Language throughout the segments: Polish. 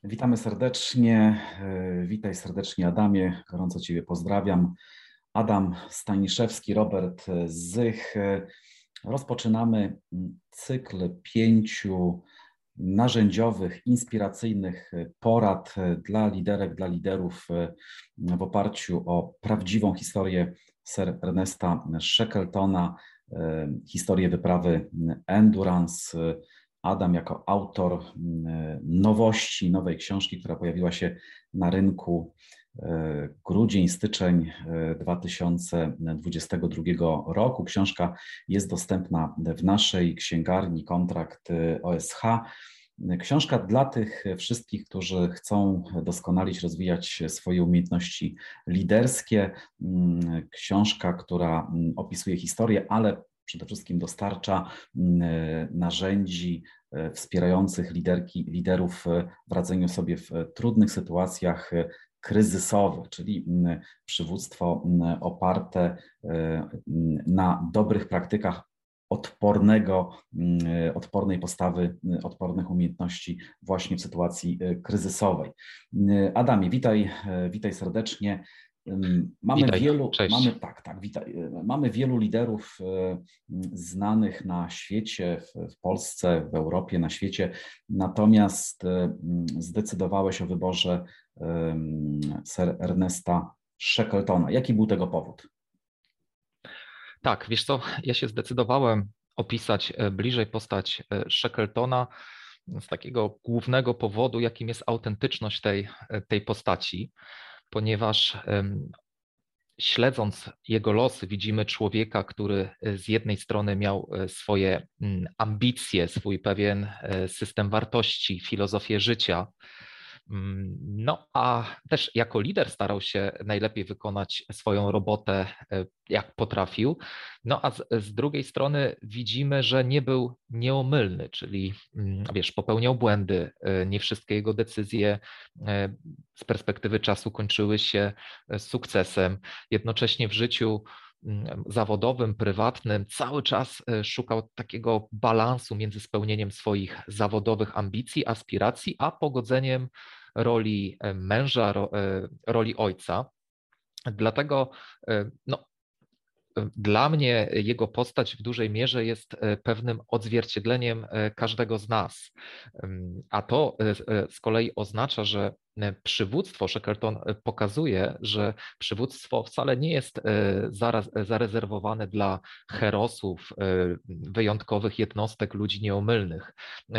Witamy serdecznie. Witaj serdecznie, Adamie. Gorąco Ciebie pozdrawiam. Adam Staniszewski, Robert Zych. Rozpoczynamy cykl 5 narzędziowych, inspiracyjnych porad dla liderek, dla liderów w oparciu o prawdziwą historię Sir Ernesta Shackletona, historię wyprawy Endurance. Adam jako autor nowości, nowej książki, która pojawiła się na rynku grudzień, styczeń 2022 roku. Książka jest dostępna w naszej księgarni Kontrakt OSH. Książka dla tych wszystkich, którzy chcą doskonalić, rozwijać swoje umiejętności liderskie. Książka, która opisuje historię, ale przede wszystkim dostarcza narzędzi wspierających liderów w radzeniu sobie w trudnych sytuacjach kryzysowych, czyli przywództwo oparte na dobrych praktykach odpornej postawy, odpornych umiejętności właśnie w sytuacji kryzysowej. Adamie, witaj serdecznie. Witaj, cześć. Mamy wielu liderów znanych na świecie, w Polsce, w Europie, na świecie, natomiast zdecydowałeś o wyborze Sir Ernesta Shackletona. Jaki był tego powód? Tak, wiesz co, ja się zdecydowałem opisać bliżej postać Shackletona z takiego głównego powodu, jakim jest autentyczność tej postaci, ponieważ śledząc jego losy, widzimy człowieka, który z jednej strony miał swoje ambicje, swój pewien system wartości, filozofię życia, no a też jako lider starał się najlepiej wykonać swoją robotę, jak potrafił. No a z drugiej strony widzimy, że nie był nieomylny, czyli wiesz, popełniał błędy, nie wszystkie jego decyzje z perspektywy czasu kończyły się sukcesem. Jednocześnie w życiu zawodowym, prywatnym cały czas szukał takiego balansu między spełnieniem swoich zawodowych ambicji, aspiracji, a pogodzeniem roli męża, roli ojca. Dlatego no, dla mnie jego postać w dużej mierze jest pewnym odzwierciedleniem każdego z nas. A to z kolei oznacza, że przywództwo, Shackleton pokazuje, że przywództwo wcale nie jest zarezerwowane dla herosów, wyjątkowych jednostek, ludzi nieomylnych.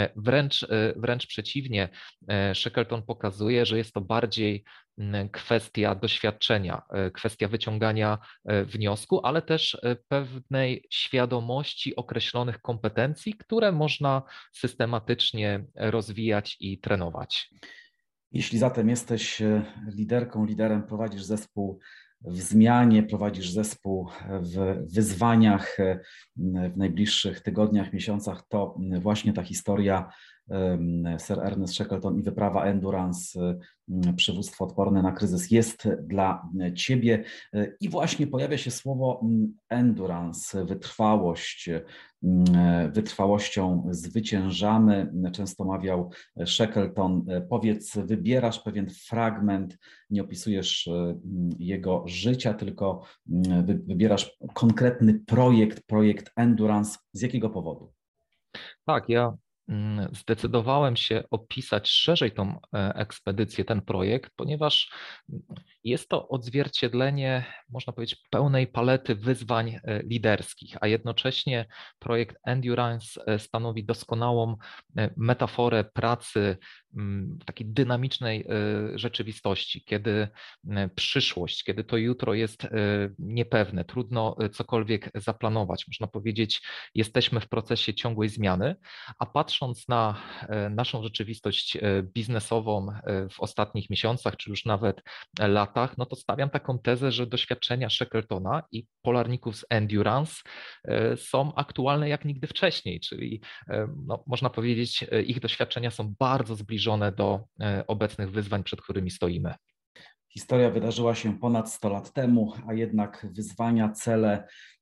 Wręcz przeciwnie, Shackleton pokazuje, że jest to bardziej kwestia doświadczenia, kwestia wyciągania wniosku, ale też pewnej świadomości określonych kompetencji, które można systematycznie rozwijać i trenować. Jeśli zatem jesteś liderką, liderem, prowadzisz zespół w zmianie, prowadzisz zespół w wyzwaniach w najbliższych tygodniach, miesiącach, to właśnie ta historia Sir Ernest Shackleton i wyprawa Endurance, przywództwo odporne na kryzys jest dla Ciebie. I właśnie pojawia się słowo endurance, wytrwałość. Wytrwałością zwyciężamy, często mawiał Shackleton. Powiedz, wybierasz pewien fragment, nie opisujesz jego życia, tylko wybierasz konkretny projekt Endurance. Z jakiego powodu? Tak, ja zdecydowałem się opisać szerzej tą ekspedycję, ten projekt, ponieważ jest to odzwierciedlenie, można powiedzieć, pełnej palety wyzwań liderskich, a jednocześnie projekt Endurance stanowi doskonałą metaforę pracy w takiej dynamicznej rzeczywistości, kiedy przyszłość, kiedy to jutro jest niepewne, trudno cokolwiek zaplanować. Można powiedzieć, jesteśmy w procesie ciągłej zmiany, a patrząc na naszą rzeczywistość biznesową w ostatnich miesiącach, czy już nawet latach, no to stawiam taką tezę, że doświadczenia Shackletona i polarników z Endurance są aktualne jak nigdy wcześniej, czyli no, można powiedzieć, ich doświadczenia są bardzo zbliżone do obecnych wyzwań, przed którymi stoimy. Historia wydarzyła się ponad 100 lat temu, a jednak wyzwania, cele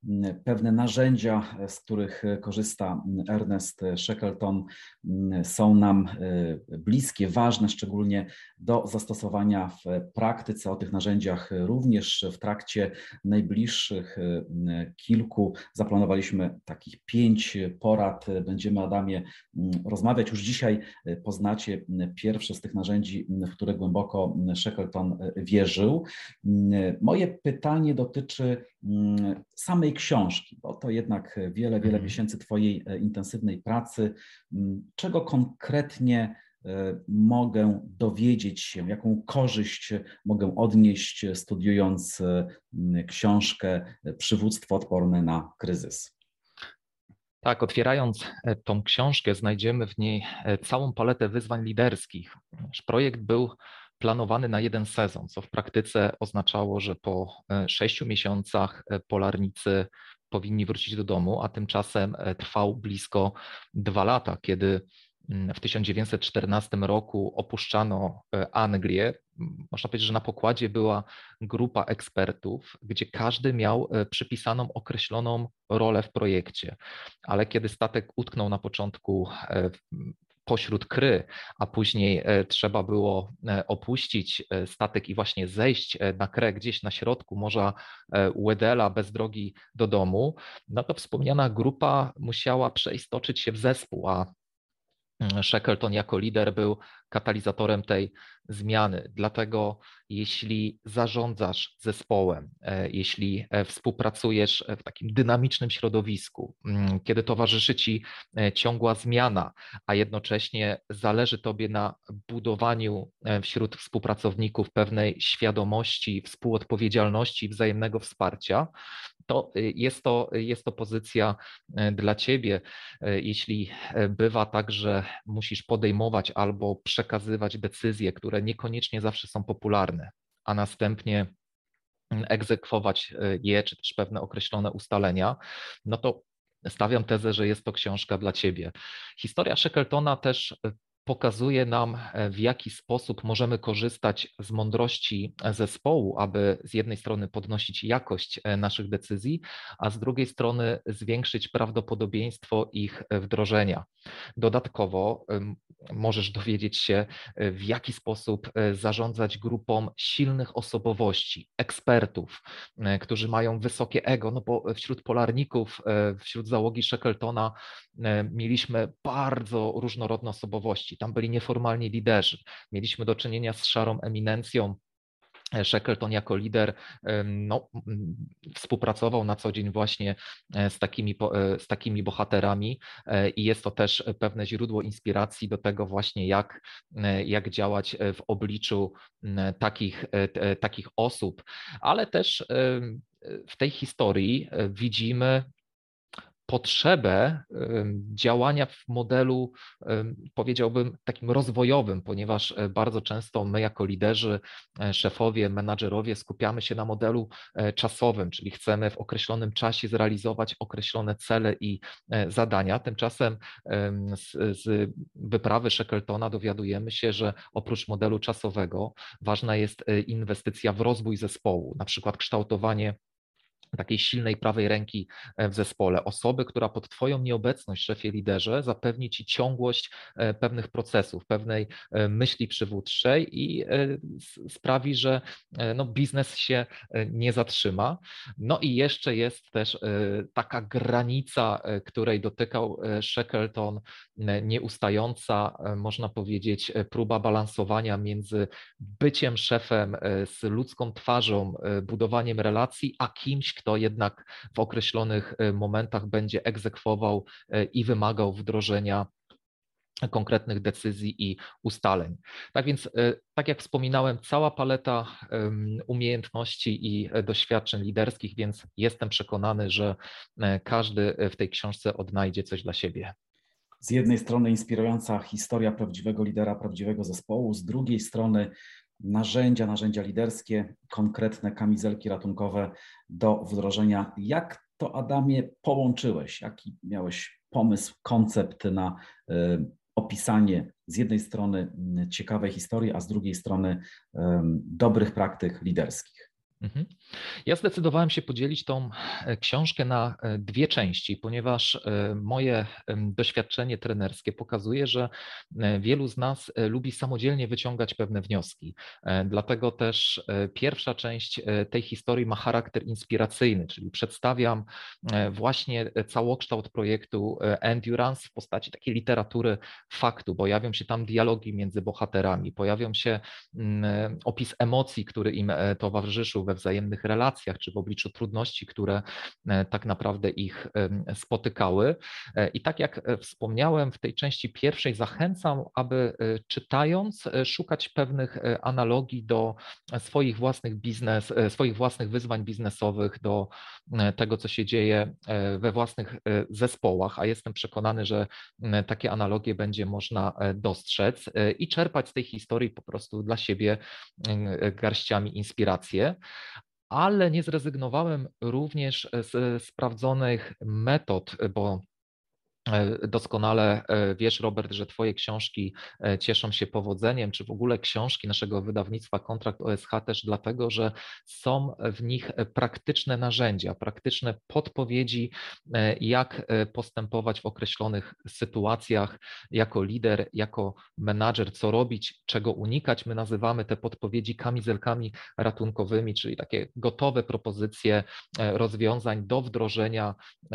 Pewne narzędzia, z których korzysta Ernest Shackleton, są nam bliskie, ważne, szczególnie do zastosowania w praktyce. O tych narzędziach również w trakcie najbliższych kilku zaplanowaliśmy takich 5 porad. Będziemy, Adamie, rozmawiać. Już dzisiaj poznacie pierwsze z tych narzędzi, w które głęboko Shackleton wierzył. Moje pytanie dotyczy samej książki, bo to jednak wiele miesięcy Twojej intensywnej pracy. Czego konkretnie mogę dowiedzieć się, jaką korzyść mogę odnieść, studiując książkę Przywództwo odporne na kryzys? Tak, otwierając tą książkę, znajdziemy w niej całą paletę wyzwań liderskich. Projekt był planowany na 1 sezon, co w praktyce oznaczało, że po 6 miesiącach polarnicy powinni wrócić do domu, a tymczasem trwał blisko 2 lata, kiedy w 1914 roku opuszczano Anglię. Można powiedzieć, że na pokładzie była grupa ekspertów, gdzie każdy miał przypisaną określoną rolę w projekcie, ale kiedy statek utknął na początku pośród kry, a później trzeba było opuścić statek i właśnie zejść na krę gdzieś na środku Morza Wedella bez drogi do domu, no to wspomniana grupa musiała przeistoczyć się w zespół, a Shackleton jako lider był katalizatorem tej zmiany. Dlatego jeśli zarządzasz zespołem, jeśli współpracujesz w takim dynamicznym środowisku, kiedy towarzyszy ci ciągła zmiana, a jednocześnie zależy tobie na budowaniu wśród współpracowników pewnej świadomości, współodpowiedzialności, wzajemnego wsparcia, to jest to pozycja dla ciebie. Jeśli bywa tak, że musisz podejmować albo przekazywać decyzje, które niekoniecznie zawsze są popularne, a następnie egzekwować je, czy też pewne określone ustalenia, no to stawiam tezę, że jest to książka dla ciebie. Historia Shackletona też pokazuje nam, w jaki sposób możemy korzystać z mądrości zespołu, aby z jednej strony podnosić jakość naszych decyzji, a z drugiej strony zwiększyć prawdopodobieństwo ich wdrożenia. Dodatkowo możesz dowiedzieć się, w jaki sposób zarządzać grupą silnych osobowości, ekspertów, którzy mają wysokie ego, no bo wśród polarników, wśród załogi Shackletona mieliśmy bardzo różnorodne osobowości. Tam byli nieformalni liderzy. Mieliśmy do czynienia z szarą eminencją. Shackleton jako lider współpracował na co dzień właśnie z takimi bohaterami i jest to też pewne źródło inspiracji do tego właśnie, jak działać w obliczu takich osób, ale też w tej historii widzimy potrzebę działania w modelu, powiedziałbym, takim rozwojowym, ponieważ bardzo często my jako liderzy, szefowie, menadżerowie skupiamy się na modelu czasowym, czyli chcemy w określonym czasie zrealizować określone cele i zadania. Tymczasem z wyprawy Shackletona dowiadujemy się, że oprócz modelu czasowego ważna jest inwestycja w rozwój zespołu, na przykład kształtowanie takiej silnej prawej ręki w zespole, osoby, która pod Twoją nieobecność, szefie, liderze, zapewni Ci ciągłość pewnych procesów, pewnej myśli przywódczej i sprawi, że biznes się nie zatrzyma. No i jeszcze jest też taka granica, której dotykał Shackleton, nieustająca, można powiedzieć, próba balansowania między byciem szefem z ludzką twarzą, budowaniem relacji, a kimś, kto jednak w określonych momentach będzie egzekwował i wymagał wdrożenia konkretnych decyzji i ustaleń. Tak więc, tak jak wspominałem, cała paleta umiejętności i doświadczeń liderskich, więc jestem przekonany, że każdy w tej książce odnajdzie coś dla siebie. Z jednej strony inspirująca historia prawdziwego lidera, prawdziwego zespołu, z drugiej strony narzędzia liderskie, konkretne kamizelki ratunkowe do wdrożenia. Jak to, Adamie, połączyłeś? Jaki miałeś pomysł, koncept na opisanie z jednej strony ciekawej historii, a z drugiej strony dobrych praktyk liderskich? Mhm. Ja zdecydowałem się podzielić tą książkę na dwie części, ponieważ moje doświadczenie trenerskie pokazuje, że wielu z nas lubi samodzielnie wyciągać pewne wnioski. Dlatego też pierwsza część tej historii ma charakter inspiracyjny, czyli przedstawiam właśnie całokształt projektu Endurance w postaci takiej literatury faktu. Pojawią się tam dialogi między bohaterami, pojawią się opis emocji, który im towarzyszył we wzajemnych relacjach, czy w obliczu trudności, które tak naprawdę ich spotykały. I tak jak wspomniałem w tej części pierwszej, zachęcam, aby czytając szukać pewnych analogii do swoich własnych wyzwań biznesowych, do tego, co się dzieje we własnych zespołach, a jestem przekonany, że takie analogie będzie można dostrzec i czerpać z tej historii po prostu dla siebie garściami inspirację. Ale nie zrezygnowałem również z sprawdzonych metod, bo doskonale wiesz, Robert, że Twoje książki cieszą się powodzeniem, czy w ogóle książki naszego wydawnictwa Kontrakt OSH też dlatego, że są w nich praktyczne narzędzia, praktyczne podpowiedzi, jak postępować w określonych sytuacjach jako lider, jako menadżer, co robić, czego unikać. My nazywamy te podpowiedzi kamizelkami ratunkowymi, czyli takie gotowe propozycje rozwiązań do wdrożenia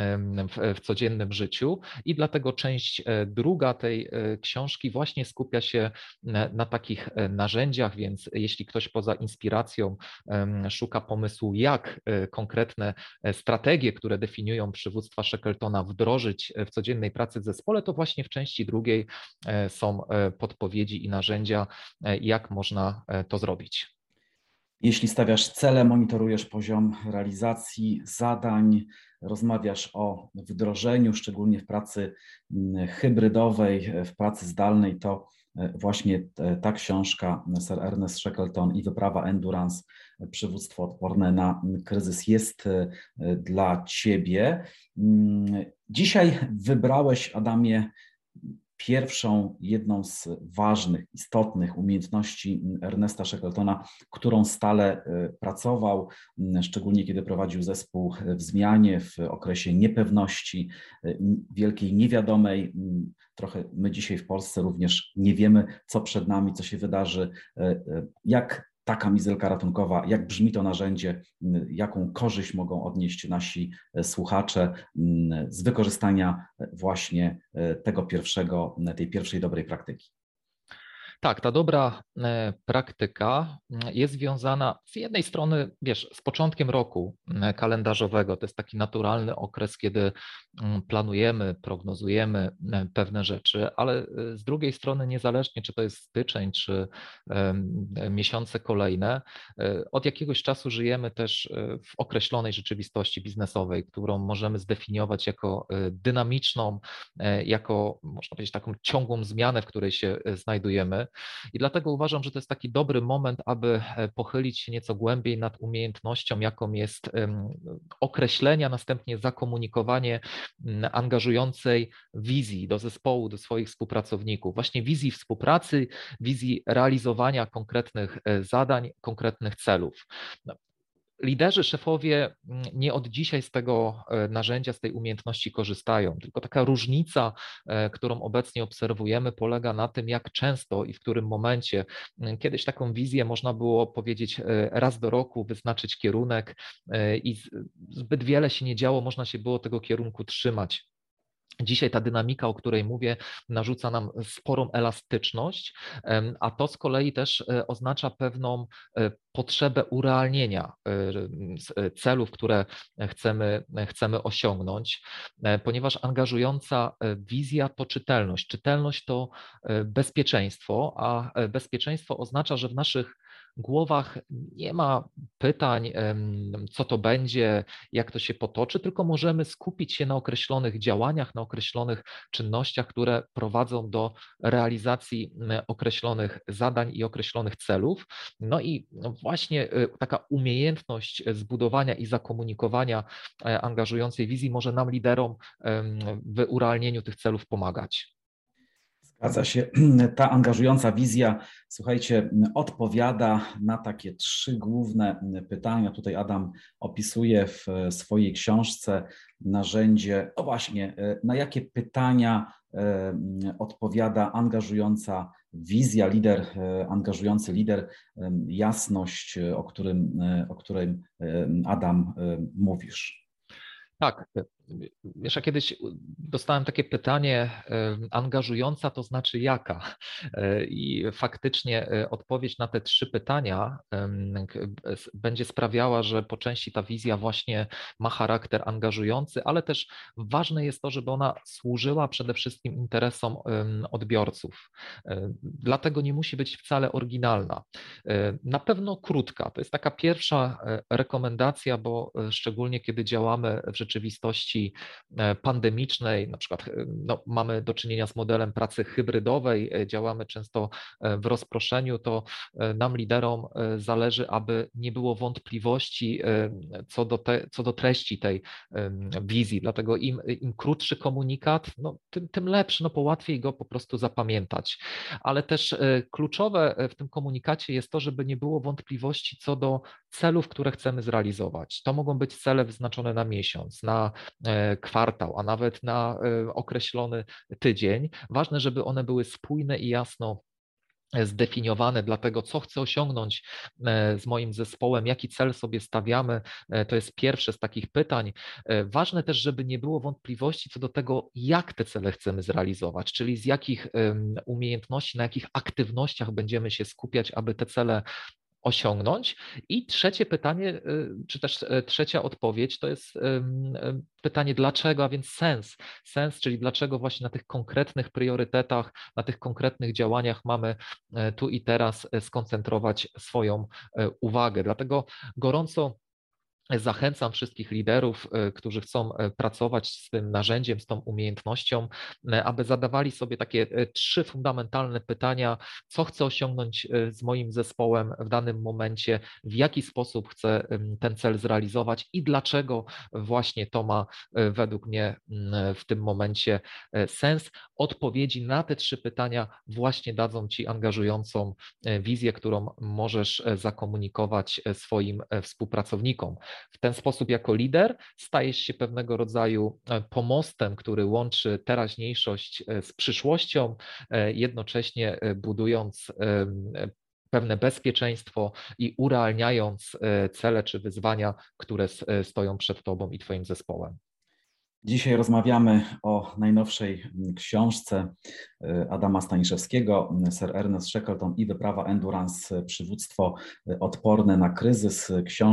w codziennym życiu. I dlatego część druga tej książki właśnie skupia się na takich narzędziach, więc jeśli ktoś poza inspiracją szuka pomysłu, jak konkretne strategie, które definiują przywództwa Shackletona, wdrożyć w codziennej pracy w zespole, to właśnie w części drugiej są podpowiedzi i narzędzia, jak można to zrobić. Jeśli stawiasz cele, monitorujesz poziom realizacji zadań, rozmawiasz o wdrożeniu, szczególnie w pracy hybrydowej, w pracy zdalnej, to właśnie ta książka Sir Ernest Shackleton i wyprawa Endurance, przywództwo odporne na kryzys jest dla Ciebie. Dzisiaj wybrałeś, Adamie, pierwszą, jedną z ważnych, istotnych umiejętności Ernesta Shackletona, którą stale pracował, szczególnie kiedy prowadził zespół w zmianie, w okresie niepewności, wielkiej niewiadomej. Trochę my dzisiaj w Polsce również nie wiemy, co przed nami, co się wydarzy, jak ta kamizelka ratunkowa, jak brzmi to narzędzie, jaką korzyść mogą odnieść nasi słuchacze z wykorzystania właśnie tej pierwszej dobrej praktyki. Tak, ta dobra praktyka jest związana z jednej strony, wiesz, z początkiem roku kalendarzowego. To jest taki naturalny okres, kiedy planujemy, prognozujemy pewne rzeczy, ale z drugiej strony niezależnie, czy to jest styczeń, czy miesiące kolejne, od jakiegoś czasu żyjemy też w określonej rzeczywistości biznesowej, którą możemy zdefiniować jako dynamiczną, jako, można powiedzieć, taką ciągłą zmianę, w której się znajdujemy. I dlatego uważam, że to jest taki dobry moment, aby pochylić się nieco głębiej nad umiejętnością, jaką jest określenie, a następnie zakomunikowanie angażującej wizji do zespołu, do swoich współpracowników, właśnie wizji współpracy, wizji realizowania konkretnych zadań, konkretnych celów. Liderzy, szefowie nie od dzisiaj z tego narzędzia, z tej umiejętności korzystają, tylko taka różnica, którą obecnie obserwujemy, polega na tym, jak często i w którym momencie. Kiedyś taką wizję można było powiedzieć raz do roku, wyznaczyć kierunek i zbyt wiele się nie działo, można się było tego kierunku trzymać. Dzisiaj ta dynamika, o której mówię, narzuca nam sporą elastyczność, a to z kolei też oznacza pewną potrzebę urealnienia celów, które chcemy osiągnąć, ponieważ angażująca wizja to czytelność. Czytelność to bezpieczeństwo, a bezpieczeństwo oznacza, że w naszych głowach nie ma pytań, co to będzie, jak to się potoczy, tylko możemy skupić się na określonych działaniach, na określonych czynnościach, które prowadzą do realizacji określonych zadań i określonych celów. No i właśnie taka umiejętność zbudowania i zakomunikowania angażującej wizji może nam, liderom, w urealnieniu tych celów pomagać. Zgadza się. Ta angażująca wizja, słuchajcie, odpowiada na takie trzy główne pytania. Tutaj Adam opisuje w swojej książce narzędzie, o właśnie, na jakie pytania odpowiada angażująca wizja, angażujący lider, jasność, o którym Adam mówisz. Tak, wiesz, ja kiedyś dostałem takie pytanie, angażująca to znaczy jaka? I faktycznie odpowiedź na te trzy pytania będzie sprawiała, że po części ta wizja właśnie ma charakter angażujący, ale też ważne jest to, żeby ona służyła przede wszystkim interesom odbiorców. Dlatego nie musi być wcale oryginalna. Na pewno krótka. To jest taka pierwsza rekomendacja, bo szczególnie kiedy działamy w rzeczywistości pandemicznej, na przykład mamy do czynienia z modelem pracy hybrydowej, działamy często w rozproszeniu, to nam liderom zależy, aby nie było wątpliwości co do treści tej wizji, dlatego im krótszy komunikat, tym lepszy, bo łatwiej go po prostu zapamiętać. Ale też kluczowe w tym komunikacie jest to, żeby nie było wątpliwości co do celów, które chcemy zrealizować. To mogą być cele wyznaczone na miesiąc, na kwartał, a nawet na określony tydzień. Ważne, żeby one były spójne i jasno zdefiniowane, dlatego co chcę osiągnąć z moim zespołem, jaki cel sobie stawiamy, to jest pierwsze z takich pytań. Ważne też, żeby nie było wątpliwości co do tego, jak te cele chcemy zrealizować, czyli z jakich umiejętności, na jakich aktywnościach będziemy się skupiać, aby te cele osiągnąć. I trzecie pytanie, czy też trzecia odpowiedź to jest pytanie dlaczego, a więc sens. Sens, czyli dlaczego właśnie na tych konkretnych priorytetach, na tych konkretnych działaniach mamy tu i teraz skoncentrować swoją uwagę. Dlatego gorąco zachęcam wszystkich liderów, którzy chcą pracować z tym narzędziem, z tą umiejętnością, aby zadawali sobie takie trzy fundamentalne pytania, co chcę osiągnąć z moim zespołem w danym momencie, w jaki sposób chcę ten cel zrealizować i dlaczego właśnie to ma według mnie w tym momencie sens. Odpowiedzi na te trzy pytania właśnie dadzą Ci angażującą wizję, którą możesz zakomunikować swoim współpracownikom. W ten sposób jako lider stajesz się pewnego rodzaju pomostem, który łączy teraźniejszość z przyszłością, jednocześnie budując pewne bezpieczeństwo i urealniając cele czy wyzwania, które stoją przed Tobą i Twoim zespołem. Dzisiaj rozmawiamy o najnowszej książce Adama Staniszewskiego, Sir Ernest Shackleton i wyprawa Endurance, przywództwo odporne na kryzys.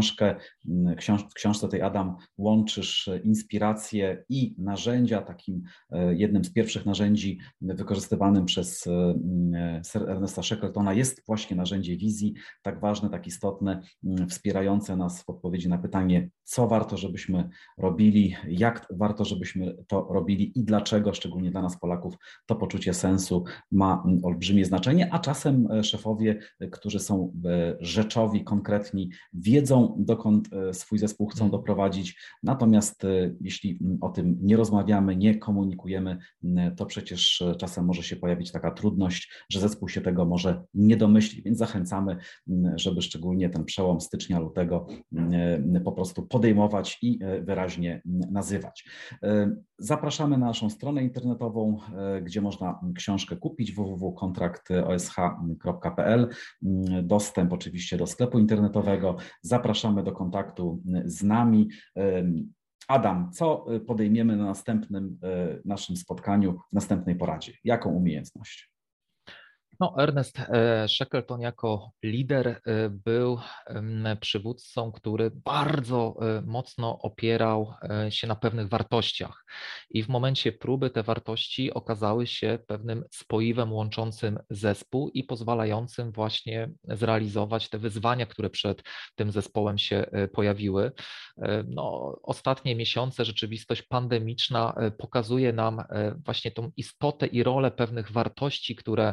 W książce tej, Adam, łączysz inspiracje i narzędzia. Takim jednym z pierwszych narzędzi wykorzystywanym przez Sir Ernesta Shackletona jest właśnie narzędzie wizji, tak ważne, tak istotne, wspierające nas w odpowiedzi na pytanie, co warto, żebyśmy robili, jak warto, żebyśmy to robili i dlaczego, szczególnie dla nas Polaków, to poczucie sensu ma olbrzymie znaczenie, a czasem szefowie, którzy są rzeczowi, konkretni, wiedzą, dokąd swój zespół chcą doprowadzić, natomiast jeśli o tym nie rozmawiamy, nie komunikujemy, to przecież czasem może się pojawić taka trudność, że zespół się tego może nie domyśli, więc zachęcamy, żeby szczególnie ten przełom stycznia, lutego po prostu podejmować i wyraźnie nazywać. Zapraszamy na naszą stronę internetową, gdzie można książkę kupić, www.kontraktosh.pl. Dostęp oczywiście do sklepu internetowego. Zapraszamy do kontaktu z nami. Adam, co podejmiemy na następnym naszym spotkaniu, w następnej poradzie? Jaką umiejętność? Ernest Shackleton jako lider był przywódcą, który bardzo mocno opierał się na pewnych wartościach i w momencie próby te wartości okazały się pewnym spoiwem łączącym zespół i pozwalającym właśnie zrealizować te wyzwania, które przed tym zespołem się pojawiły. Ostatnie miesiące, rzeczywistość pandemiczna pokazuje nam właśnie tą istotę i rolę pewnych wartości, które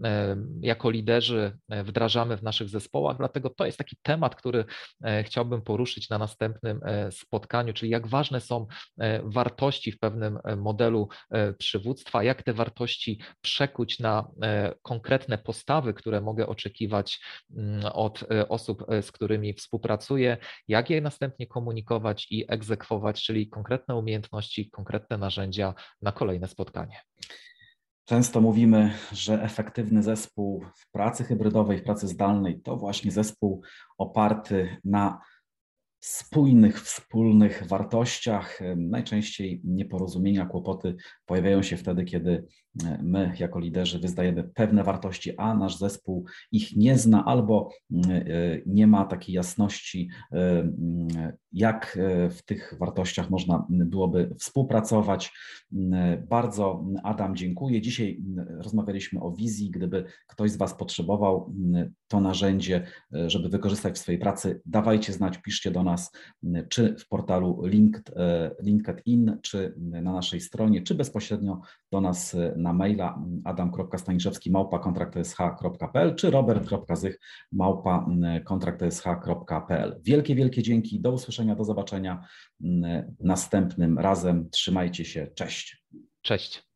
jako liderzy wdrażamy w naszych zespołach, dlatego to jest taki temat, który chciałbym poruszyć na następnym spotkaniu, czyli jak ważne są wartości w pewnym modelu przywództwa, jak te wartości przekuć na konkretne postawy, które mogę oczekiwać od osób, z którymi współpracuję, jak je następnie komunikować i egzekwować, czyli konkretne umiejętności, konkretne narzędzia na kolejne spotkanie. Często mówimy, że efektywny zespół w pracy hybrydowej, w pracy zdalnej to właśnie zespół oparty na spójnych, wspólnych wartościach. Najczęściej nieporozumienia, kłopoty pojawiają się wtedy, kiedy my jako liderzy wyznajemy pewne wartości, a nasz zespół ich nie zna albo nie ma takiej jasności, jak w tych wartościach można byłoby współpracować. Bardzo Adam, dziękuję. Dzisiaj rozmawialiśmy o wizji. Gdyby ktoś z Was potrzebował to narzędzie, żeby wykorzystać w swojej pracy, dawajcie znać, piszcie do nas, czy w portalu LinkedIn, czy na naszej stronie, czy bezpośrednio do nas na maila adam.staniszewski@kontraktsh.pl czy robert.zych@kontraktsh.pl. Wielkie, wielkie dzięki. Do usłyszenia, do zobaczenia następnym razem. Trzymajcie się. Cześć. Cześć.